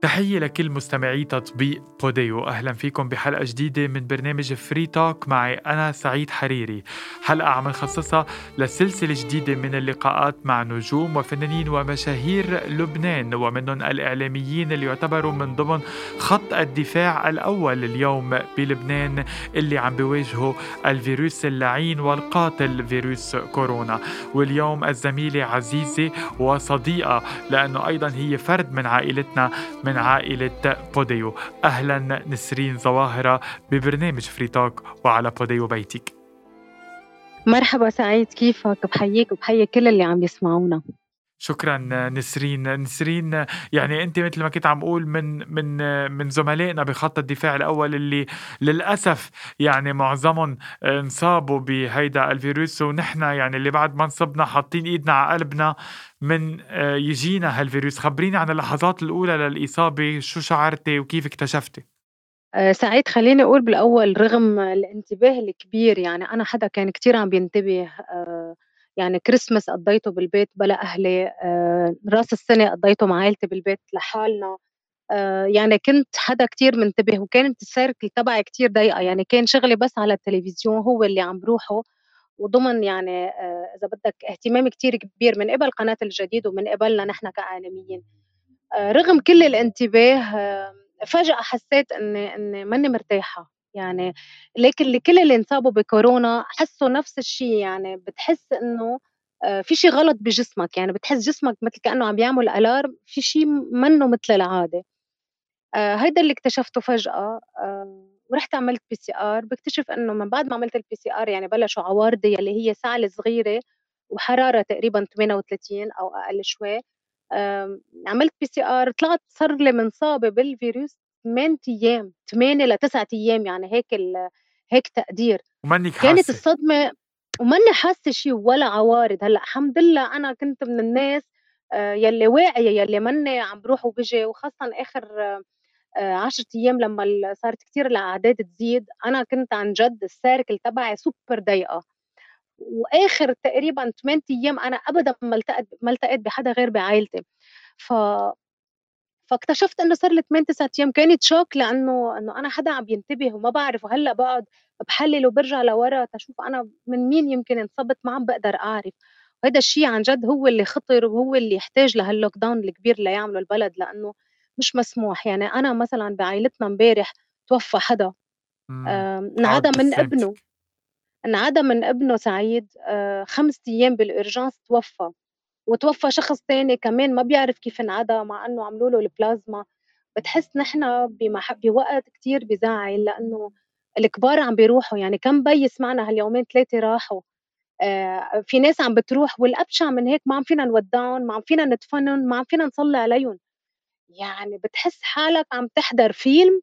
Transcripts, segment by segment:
تحية لكل مستمعي تطبيق بوديو. أهلا فيكم بحلقة جديدة من برنامج فري توك معي أنا سعيد حريري. حلقة عم نخصصها لسلسلة جديدة من اللقاءات مع نجوم وفنانين ومشاهير لبنان، ومنهم الإعلاميين اللي يعتبروا من ضمن خط الدفاع الأول اليوم بلبنان اللي عم بيواجهوا الفيروس اللعين والقاتل فيروس كورونا. واليوم الزميلة عزيزة وصديقة، لأنه أيضا هي فرد من عائلتنا، من عائلة بوديو. أهلا نسرين ظواهرة ببرنامج فري توك وعلى بوديو بيتك. مرحبا سعيد، كيفك؟ بحييك وبحيي كل اللي عم يسمعونا. شكرا نسرين. يعني انت مثل ما كنت عم اقول من زملائنا بخط الدفاع الاول اللي للاسف يعني معظمهم انصابوا بهيدا الفيروس، ونحن يعني اللي بعد ما انصبنا حاطين ايدنا على قلبنا من يجينا هالفيروس. خبريني عن اللحظات الاولى للاصابه، شو شعرتي وكيف اكتشفتي؟ سعيد، خلّيني أقول بالأول رغم الانتباه الكبير، يعني أنا حدا كان كتير عم بينتبه. يعني كريسماس قضّيته بالبيت بلا أهلي، راس السنة قضّيته مع عيلتي بالبيت لحالنا. يعني كنت حدا كتير منتبه، وكانت الcircle تبعي كتير ضيقة، يعني كان شغلي بس على التلفزيون هو اللي عم باروحه، وضمن يعني إذا بدك اهتمام كتير كبير من قِبل قناة الجديد ومن قِبلنا نحن كإعلاميين. رغم كل الانتباه، فجأة حسّيت إني ماني مرتاحة، يعني لكن لكل اللي انصابوا بكورونا حسّوا نفس الشي، يعني بتحس إنه في شي غلط بجسمك، يعني بتحس جسمك متل كإنه عم بيعمل alarm في شي منّه متل العادة. هيدا اللي اكتشفته فجأة. ورُحت عملت PCR، باكتشف إنه من بعد ما عملت الPCR يعني بلشوا عوارضي يلّي هي سعلة صغيرة وحرارة تقريبًا 38 أو أقل شوي. عملت PCR طلعت صار لي منصابة بالفيروس 8 أيام، 8 ل9 أيام، يعني هيك تقدير. ومنك كانت حاسة؟ الصدمة وماني حاسة شي ولا عوارض. هلأ الحمد لله أنا كنت من الناس يلّي واعية، يلّي ماني عم باروح وباجي، وخاصةً آخر 10 أيام لمّا صارت كتير الأعداد تزيد، أنا كنت عن جد الcircle تبعي سوبر ضيقة. وآخر تقريبًا 8 أيام أنا أبدًا ما التقيت بحدا غير بعيلتي. ف فاكتشفت إنه صار لي 8، 9 أيام، كانت شوك لإنه أنا حدا عم ينتبه وما باعرف، وهلّأ باقعد باحلّل وبارجع لورا تشوف أنا من مين يمكن انصبت، ما عم باقدر أعرف. وهيدا الشي عن جد هو اللي خطر، وهو اللي يحتاج لهالlockdown الكبير اللي يعمله البلد، لإنه مش مسموح. يعني أنا مثلًا بعيلتنا امبارح توفى حدا، بعد انعدم من ابنه. بسلامتك. انعدم من ابنه سعيد، 5 أيام بالurgence توفى. وتوفّى شخص تاني كمان ما بيعرف كيف انعدى، مع إنه عملوا له البلازما. بتحس نحن بوقت كتير بيزعّل، لإنه الكبار عم بيروحوا، يعني كم بي سمعنا هاليومين 3 راحوا. في ناس عم بتروح، والأبشع من هيك ما عم فينا نودّعن، ما عم فينا ندفنن، ما عم فينا نصلّي عليُن. يعني بتحس حالك عم تحضر فيلم،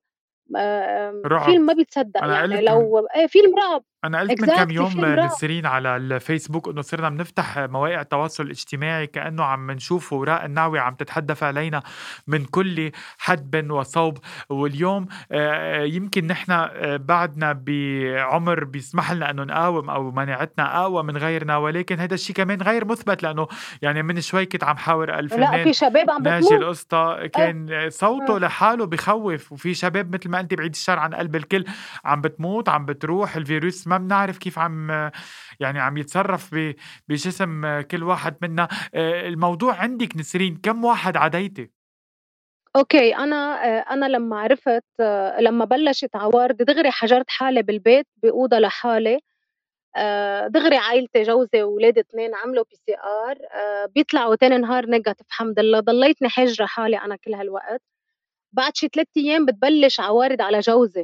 رعب. فيلم ما بيتصدّق، أنا يعني قلت من لو فيلم رعب. أنا قلت من كام exactly يوم فيلم رعب. نسرين على الفيسبوك إنه صرنا بنفتح مواقع التواصل الاجتماعي كأنه عم نشوف وراء الناوية عم تتحدث علينا من كل حدب وصوب. واليوم يمكن نحن بعدنا بعمر بيسمح لنا إنه نقاوم أو مناعتنا أقوى من غيرنا، ولكن هذا الشيء كمان غير مثبت، لأنه يعني من شوي كنت عم حاور لأ، الفنان في شباب عم ناجي بتموت. القسطى، إيه. كان صوته إمم. لحاله بخوف، وفي شباب مثل ما أنت بعيد الشر عن قلب الكل عم بتموت، عم بتروح الفيروس، ما بنعرف كيف يعني عم يتصرف بجسم كل واحد منا. الموضوع عندك نسرين، كم واحد عديتي؟ أوكي، أنا لمّا عرفت، لمّا بلّشت عوارضي دغري حجرت حالي بالبيت بأوضة لحالي. دغري عيلتي جوزي وولادي 2 عملوا PCR، بيطلعوا تاني نهار negative الحمد لله. ضليتني حاجرة حالي أنا كل هالوقت. بعد شي 3 أيام بتبلّش عوارض على جوزي.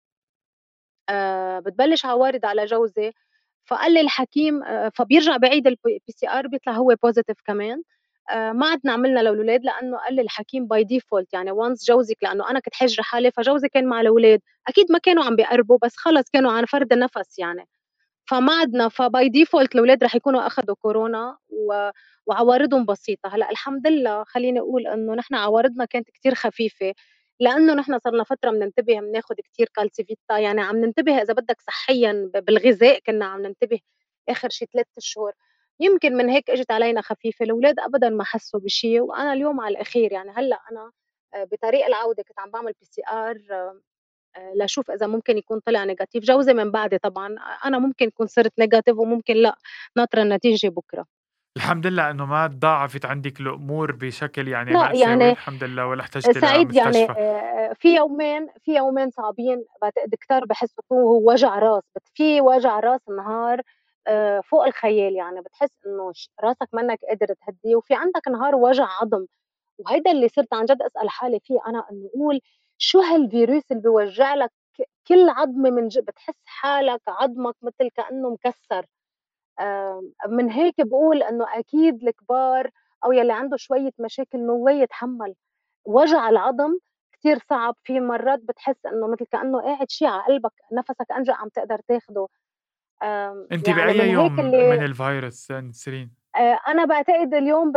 بتبلّش عوارض على جوزي، فقال لي الحكيم، فبيرجع بيعيد PCR بيطلع هو positive كمان. ما عدنا عملنا للولاد، لإنه قال لي الحكيم by default يعني once جوزِك، لإنه أنا كنت حاجرة حالي، فجوزي كان مع الولاد، أكيد ما كانوا عم بيقربوا، بس خلص كانوا عن فرط نفس يعني. فما عدنا، فby default الولاد رح يكونوا أخدوا كورونا وعوارضهم بسيطة. هلأ الحمد لله خلّيني أقول إنه نحن عوارضنا كانت كتير خفيفة، لإنه نحن صار لنا فترة مننتبه، مناخد كتير كالسيفيتا، يعني عم ننتبه إذا بدك صحيًا بالغذاء كنّا عم ننتبه آخر شي 3 شهور. يمكن من هيك إجت علينا خفيفة. الولاد أبدًا ما حسّوا بشي، وأنا اليوم على الأخير، يعني هلأ أنا بطريق العودة كنت عم باعمل PCR لأشوف إذا ممكن يكون طلع نيجاتيف، جوزي من بعدي طبعًا، أنا ممكن كون صرت نيجاتيف وممكن لأ، ناطرة النتيجة بُكرة. الحمد لله إنه ما تضاعفت عندِك الأمور بشكل يعني لأ مأساوي، يعني الحمد لله، ولا احتجتِ سعيد يعني لمستشفى. في يومين صعبين باعتقد كتار باحسّوا هو وجع راس، في وجع راس نهار فوق الخيال، يعني بتحس إنه راسك منّك قادر تهدّيه، وفي عندك نهار وجع عضم، وهيدا اللي صرت عن جد أسأل حالي فيه أنا إنه أقول شو هالفيروس اللي بيوجع لك كل عضمة بتحس حالك عضمك متل كأنه مكسّر. من هيك باقول إنه أكيد الكبار أو يلّي عنده شوية مشاكل no way يتحمّل، وجع العضم كتير صعب، في مرّات بتحس إنه متل كأنه قاعد شي على قلبك، نفسك أنجأ عم تقدر تاخده، أنتِ يعني بأي من هيك يوم من اللي الفيروس نسرين؟ أنا باعتقد اليوم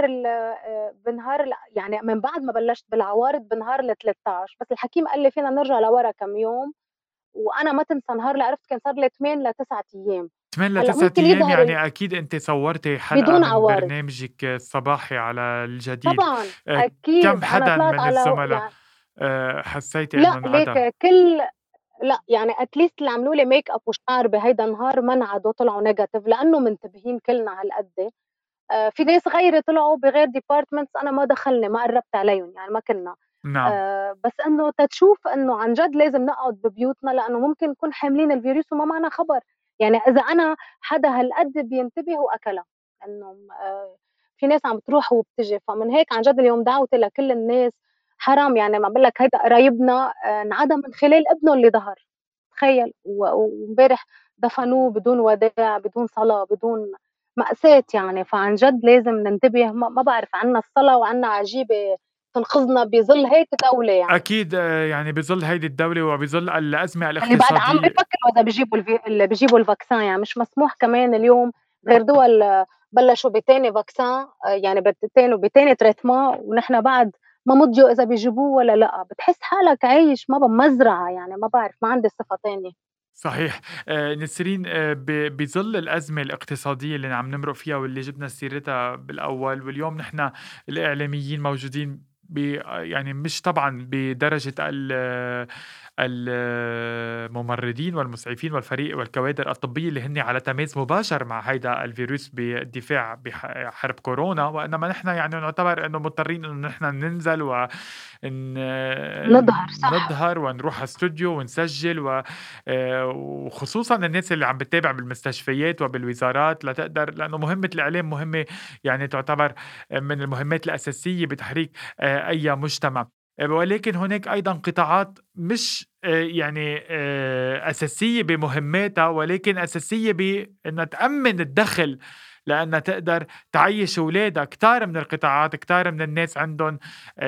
بنهار يعني من بعد ما بلّشت بالعوارض بنهار ال13 بس الحكيم قال لي فينا نرجع لورا كم يوم، وأنا ما تنسى نهار اللي عرفت كان صار لي 8 ل9 أيام، 8 هلأ ل9 ممكن أيام يظهر يعني أكيد أنتِ صوّرتِ حلقة بدون من عوارض. برنامجِك الصباحي على الجديد. طبعًا، كم أكيد، أنا حدًا طلعت من على الزملا حسّيتِ لأ إنه ليك انعدى؟ لأ، يعني at least اللي عملوا لي make up وشعر بهيدا النهار ما انعدوا طلعوا negative لإنه منتبهين كلنا هالقد، في ناس غيري طلعوا بغير departments أنا ما دخلني، ما قرّبت عليهم، يعني ما كنّا، نعم. بس إنه تتشوف إنه عن جد لازم نقعد ببيوتنا لإنه ممكن نكون حاملين الفيروس وما معنا خبر، يعني إذا أنا حدا هالقد بينتبه وأكلها، إنه في ناس عم تروح وبتيجي، فمن هيك عن جد اليوم دعوتي لكل الناس حرام يعني عم باقول لك هيدا قرايبنا انعدى من خلال ابنه اللي ظهر، تخيّل! وامبارح دفنوه بدون وداع، بدون صلاة، بدون مأساة يعني، فعن جد لازم ننتبه ما بعرف عنا الصلاة وعنا عجيبة تنقذنا بظل هيك دولة يعني، أكيد يعني بظل هيدي الدولة وبظل الأزمة اللي بعد عم الاقتصادية. بيفكروا إذا اللي بيجيبوا الفاكسان يعني مش مسموح كمان اليوم غير دول بلشوا بتاني فاكسان يعني بتاني تريتمون ونحن بعد ما مضيوا إذا بيجيبوه والّا لأ، بتحس حالك عايش ما بمزرعة يعني ما بعرف ما عندي صفة تانية. صحيح. نسرين، بظل الأزمة الاقتصادية اللي عم نمرق فيها واللي جبنا سيرتها بالأول، واليوم نحن الإعلاميين موجودين يعني مش طبعًا بدرجة الممرضين والمسعفين والفريق والكوادر الطبية اللي هن على تماس مباشر مع هيدا الفيروس بالدفاع حرب كورونا، وإنما نحن يعني نعتبر إنه مضطرين إنه نحن ننزل ن نضهر صح، نظهر ونروح على استوديو ونسجل وخصوصًا الناس اللي عم بتتابع بالمستشفيات وبالوزارات لتقدر، لأنه مهمة الإعلام مهمة يعني تعتبر من المهمات الأساسية بتحريك أي مجتمع. ولكن هناك أيضًا قطاعات مش يعني أساسية بمهماتها، ولكن أساسية بإنها تأمن الدخل لأنها تقدر تعيّش ولادها. كتار من القطاعات، كتار من الناس عندهم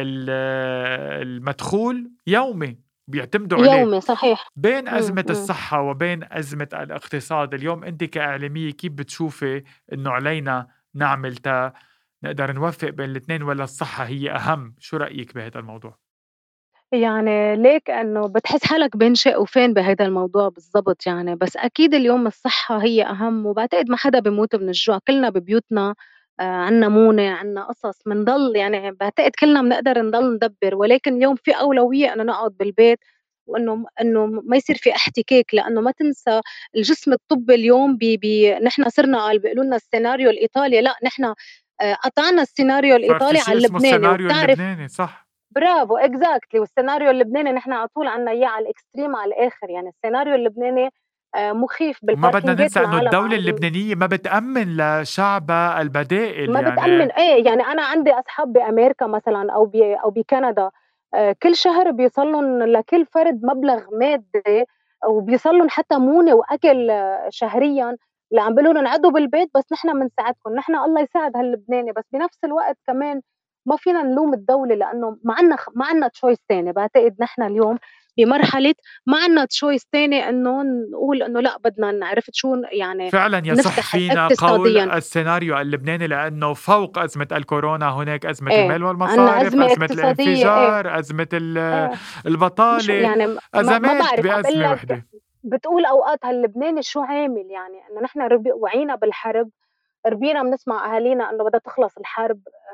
المدخول يومي بيعتمدوا عليه. يومي صحيح، بين أزمة إمم. الصحة وبين أزمة الاقتصاد، اليوم أنتِ كإعلامية كيف بتشوفي إنه علينا نعمل نقدر نوفّق بين الاتنين، والّا الصحة هي أهم؟ شو رأيِك بهيدا الموضوع؟ يعني ليك إنه بتحس حالك بين شِق وفين بهيدا الموضوع بالضبط يعني، بس أكيد اليوم الصحة هي أهم، وباعتقد ما حدا بيموت من الجوع، كلنا ببيوتنا عندنا مونة، عندنا قصص، منضل يعني باعتقد كلنا بنقدر نضل ندبّر، ولكن اليوم في أولوية إنه نقعد بالبيت، وإنه ما يصير في احتكاك، لإنه ما تنسى الجسم الطبي اليوم بي بي نحن صرنا بيقولوا لنا السيناريو الإيطالي، لأ نحن قطعنا السيناريو صار في الإيطالي شيء على اسمه اللبناني، السيناريو وبتعرف اللبناني، صح. برافو exactly والسيناريو اللبناني نحن على طول عندنا إياه على الextreme على الآخر، يعني السيناريو اللبناني مخيف وما بدنا بالباركينجات ننسى إنه العالم الدولة عم اللبنانية ما بتأمّن لشعبها البدائل ما بتأمّن يعني. إيه، يعني أنا عندي أصحاب بأمريكا مثلًا أو بكندا كل شهر بيوصل لهم لكل فرد مبلغ مادي وبيوصل لهم حتى مونة وأكل شهريًا، اللي عم بيقولوا لهم اقعدوا بالبيت بس نحن بنساعدكم، نحن الله يساعد هاللبناني، بس بنفس الوقت كمان ما فينا نلوم الدولة لإنه ما عندنا choice تاني، باعتقد نحن اليوم بمرحلة ما عندنا choice تاني إنه نقول إنه لأ بدنا عرفت شو يعني فعلًا يصح نفتح فينا قول اقتصاديًا. السيناريو اللبناني، لأنه فوق أزمة الكورونا هناك أزمة إيه، المال عندنا والمصارف، أزمة أزمة اقتصادية إيه، الانفجار، أزمة إيه، مش البطالة، يعني ما أزمات باعرف عم باقول بأزمة لك وحدة. بتقول أوقات هاللبناني شو عامل يعني إنه نحن وعينا بالحرب، ربينا بنسمع أهالينا إنه بدها تخلص الحرب،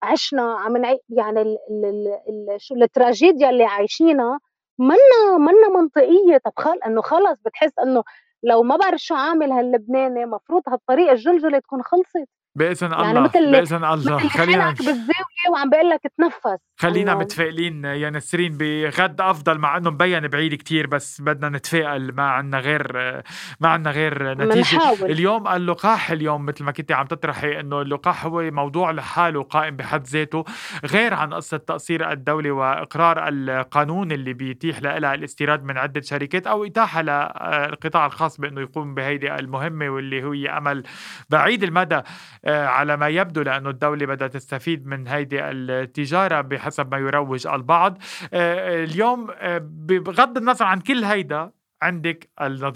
عشنا عم نعي يعني شو التراجيديا اللي عايشينها مَنّا منطقية. طب إنه خلص بتحس إنه لو ما بعرف شو عامل هاللبناني مفروض هالطريقة الجلجلة تكون خلصت. بإذن يعني الله، بإذن الله. متل اللي خانقك بالزاوية وعم بيقول لك اتنفّس. خلّينا إنه متفائلين يا نسرين بغد أفضل، مع إنه مبين بعيد كتير، بس بدنا نتفائل، ما عندنا غير نتيجة. منحاول. اليوم اللقاح، اليوم متل ما كنتِ عم تطرحي إنه اللقاح هو موضوع لحاله قائم بحد ذاته، غير عن قصة تقصير الدولة وإقرار القانون اللي بيتيح لها الاستيراد من عدة شركات، أو إتاحة للقطاع الخاص بإنه يقوم بهيدي المهمة، واللي هي أمل بعيد المدى على ما يبدو، لأنه الدولة بدها تستفيد من هيدي التجارة بحسب ما يروج البعض. اليوم بغض النظر عن كل هيدا، عندك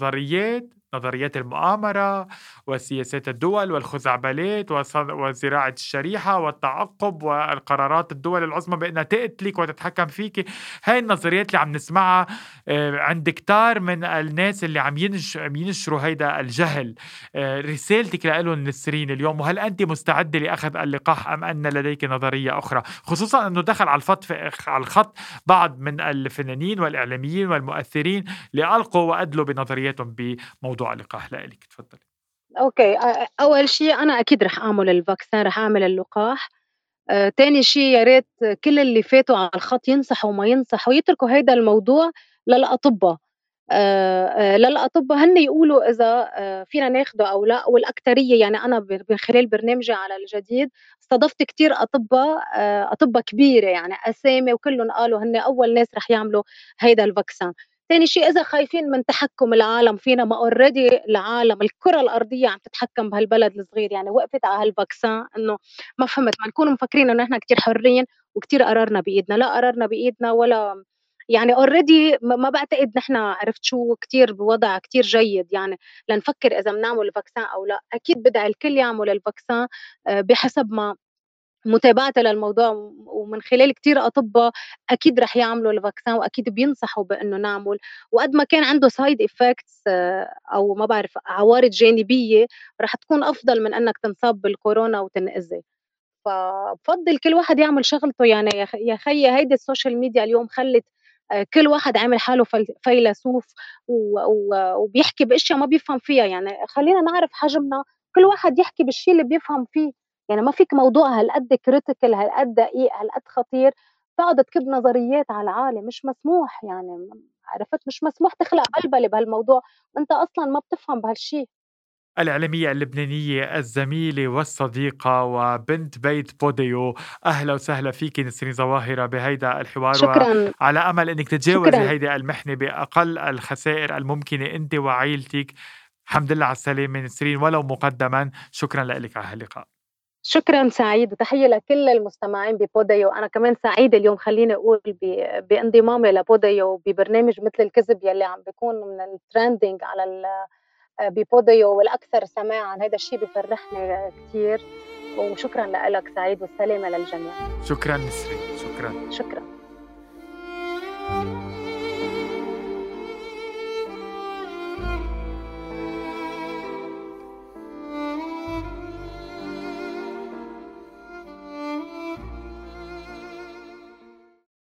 نظريات المؤامرة وسياسات الدول والخزعبلات وزراعة الشريحة والتعقب والقرارات الدول العظمى بأنها تقتلك وتتحكم فيك. هاي النظريات اللي عم نسمعها عند كتار من الناس اللي عم ينشروا هيدا الجهل. رسالتك لهم نسرين اليوم، وهل أنت مستعدة لأخذ اللقاح أم أن لديك نظرية أخرى؟ خصوصا أنه دخل على الخط بعض من الفنانين والإعلاميين والمؤثرين اللي ألقوا وأدلوا بنظرياتهم بموضوع اللقاح. لإلك تفضلي. أوكي. أول شي أنا أكيد رح أعمل الفاكسين، رح أعمل اللقاح. تاني شي يا ريت كل اللي فاتوا على الخط ينصحوا وما ينصحوا يتركوا هيدا الموضوع للأطبا. للأطبا هن يقولوا إذا فينا ناخده أو لأ، والأكترية يعني أنا من خلال برنامجي على الجديد استضفت كتير أطبا كبيرة يعني أسامي، وكلّن قالوا هن أول ناس رح يعملوا هيدا الفاكسان. تاني شي إذا خايفين من تحكُّم العالم فينا، ما already العالم الكرة الأرضية عم تتحكّم بهالبلد الصغير، يعني وقفت على هالفاكسان إنه ما فهمت، ما نكون مفكرين إنه نحن كتير حرّين وكتير قرارنا بإيدنا. لا قرارنا بإيدنا ولا يعني already ما باعتقد نحن عرفت شو كتير بوضع كتير جيد يعني لنفكّر إذا بنعمل الفاكسان أو لأ. أكيد بدعي الكل يعمل الفاكسان بحسب ما متابعتي للموضوع ومن خلال كتير أطباء أكيد رح يعملوا الفاكسان وأكيد بينصحوا بإنه نعمل. وقد ما كان عنده side effects أو ما بعرف عوارض جانبية رح تكون أفضل من إنك تنصاب بالكورونا وتنأذي. فبافضّل كل واحد يعمل شغلته يعني يا خيي هيدي السوشيال ميديا اليوم خلِّت كل واحد عامل حاله فيلسوف وبيحكي بأشياء ما بيفهم فيها. يعني خلّينا نعرف حجمنا، كل واحد يحكي بالشي اللي بيفهم فيه. يعني ما فيك موضوع هالقد critical هالقد دقيق هالقد خطير تقعد تكب نظريات على العالم. مش مسموح يعني عرفت، مش مسموح تخلق بلبلة بهالموضوع وأنت أصلًا ما بتفهم بهالشي. الإعلامية اللبنانية الزميلة والصديقة وبنت بيت بوديو، أهلا وسهلا فيك نسرين ظواهرة بهيدا الحوار، شكرًا. وعلى أمل أنك تتجاوزي شكرًا. هيدي المحنة بأقل الخسائر الممكنة أنت وعائلتك. الحمد لله على السلامة نسرين، ولو مقدما شكرا لك على هاللقاء. شكرًا سعيد، وتحية لكل المستمعين بPodeo. وأنا كمان سعيدة اليوم خلّيني أقول بانضمامي لPodeo ببرنامج مثل الكذب يلّي عم بيكون من الtrending على بPodeo والأكثر سماعًا. هيدا الشي بيفرحني كتير. وشكرًا لإلك سعيد والسلامة للجميع. شكرا نسرين، شكرا. شكرًا.